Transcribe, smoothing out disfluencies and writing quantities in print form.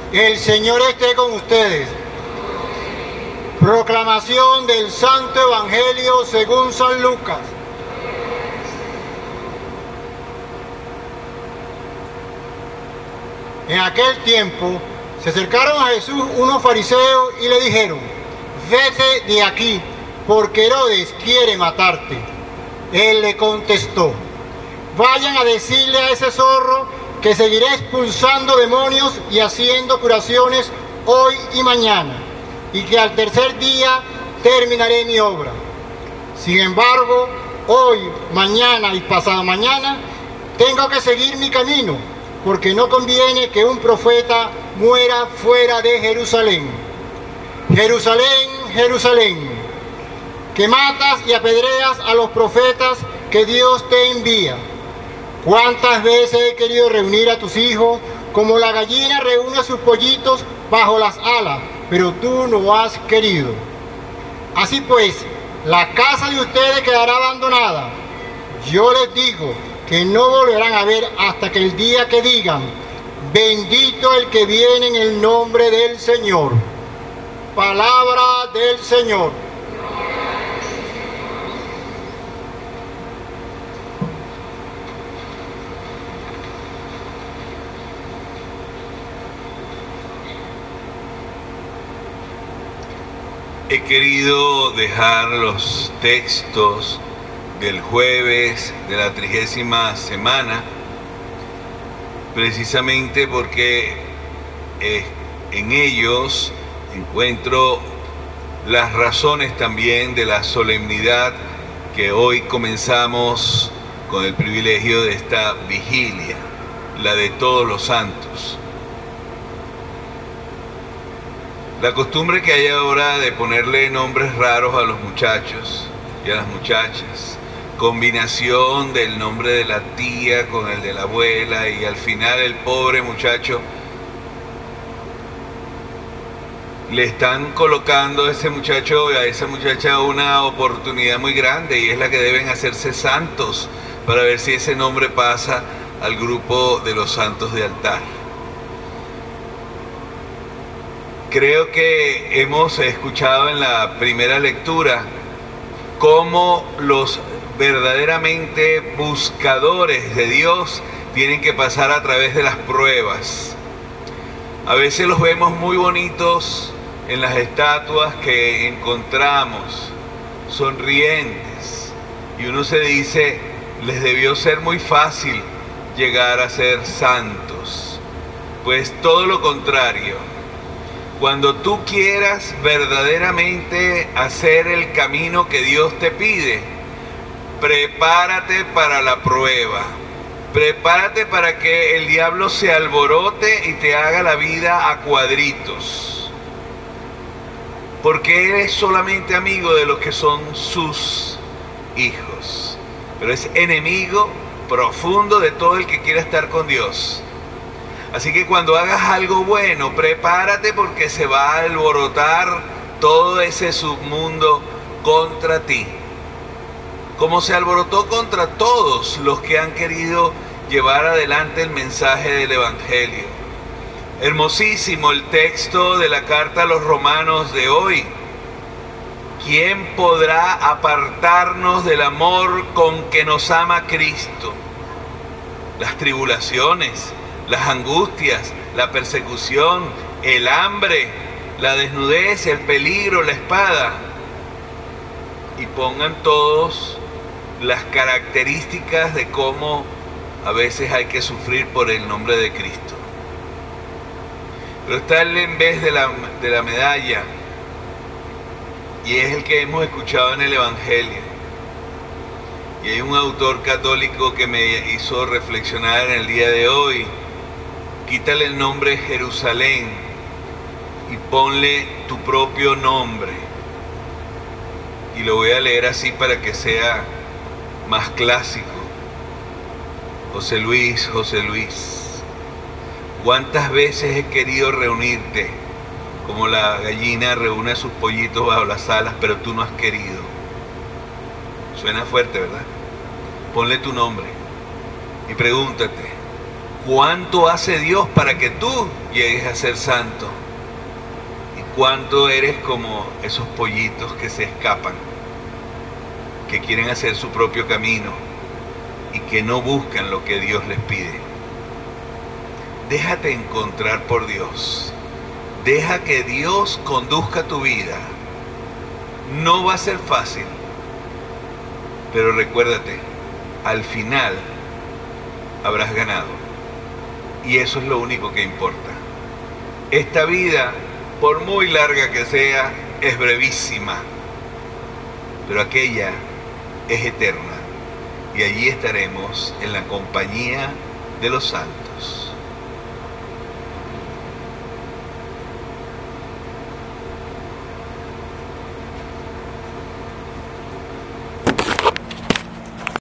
El Señor esté con ustedes. Proclamación del Santo Evangelio según San Lucas. En aquel tiempo se acercaron a Jesús unos fariseos y le dijeron: vete de aquí, porque Herodes quiere matarte. Él le contestó: vayan a decirle a ese zorro que seguiré expulsando demonios y haciendo curaciones hoy y mañana, y que al tercer día terminaré mi obra. Sin embargo, hoy, mañana y pasado mañana tengo que seguir mi camino, porque no conviene que un profeta muera fuera de Jerusalén. Jerusalén, Jerusalén, que matas y apedreas a los profetas que Dios te envía. ¿Cuántas veces he querido reunir a tus hijos como la gallina reúne a sus pollitos bajo las alas, pero tú no has querido? Así pues, la casa de ustedes quedará abandonada. Yo les digo que no volverán a ver hasta que el día que digan: bendito el que viene en el nombre del Señor. Palabra del Señor. He querido dejar los textos del jueves de la 30ª semana precisamente porque en ellos encuentro las razones también de la solemnidad que hoy comenzamos con el privilegio de esta vigilia, la de todos los santos. La costumbre que hay ahora de ponerle nombres raros a los muchachos y a las muchachas, combinación del nombre de la tía con el de la abuela, y al final el pobre muchacho le están colocando a ese muchacho y a esa muchacha una oportunidad muy grande, y es la que deben hacerse santos para ver si ese nombre pasa al grupo de los santos de altar. Creo que hemos escuchado en la primera lectura cómo los verdaderamente buscadores de Dios tienen que pasar a través de las pruebas. A veces los vemos muy bonitos en las estatuas que encontramos, sonrientes, y uno se dice: les debió ser muy fácil llegar a ser santos. Pues todo lo contrario. Cuando tú quieras verdaderamente hacer el camino que Dios te pide, prepárate para la prueba. Prepárate para que el diablo se alborote y te haga la vida a cuadritos. Porque eres solamente amigo de los que son sus hijos. Pero es enemigo profundo de todo el que quiera estar con Dios. Así que cuando hagas algo bueno, prepárate, porque se va a alborotar todo ese submundo contra ti. Como se alborotó contra todos los que han querido llevar adelante el mensaje del Evangelio. Hermosísimo el texto de la carta a los romanos de hoy. ¿Quién podrá apartarnos del amor con que nos ama Cristo? Las tribulaciones, las angustias, la persecución, el hambre, la desnudez, el peligro, la espada. Y pongan todos las características de cómo a veces hay que sufrir por el nombre de Cristo. Pero está el en vez de la medalla, y es el que hemos escuchado en el Evangelio. Y hay un autor católico que me hizo reflexionar en el día de hoy: quítale el nombre Jerusalén y ponle tu propio nombre. Y lo voy a leer así para que sea más clásico. José Luis, José Luis, ¿cuántas veces he querido reunirte como la gallina reúne a sus pollitos bajo las alas, pero tú no has querido? Suena fuerte, ¿verdad? Ponle tu nombre y pregúntate: ¿Cuánto hace Dios para que tú llegues a ser santo? ¿Y cuánto eres como esos pollitos que se escapan, que quieren hacer su propio camino y que no buscan lo que Dios les pide? Déjate encontrar por Dios. Deja que Dios conduzca tu vida. No va a ser fácil, pero recuérdate, al final habrás ganado. Y eso es lo único que importa. Esta vida, por muy larga que sea, es brevísima, pero aquella es eterna. Y allí estaremos en la compañía de los santos.